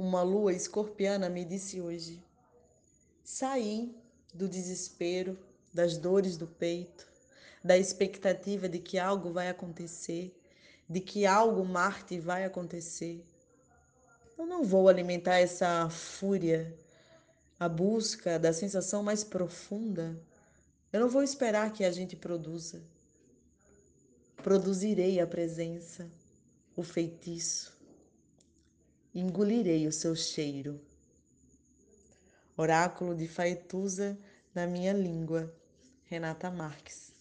Uma lua escorpiana me disse hoje: saí do desespero, das dores do peito, da expectativa de que algo vai acontecer, de que algo Marte vai acontecer. Eu não vou alimentar essa fúria, a busca da sensação mais profunda. Eu não vou esperar que a gente produza. Produzirei a presença, o feitiço, engolirei o seu cheiro. Oráculo de Faetusa na minha língua, Renata Marques.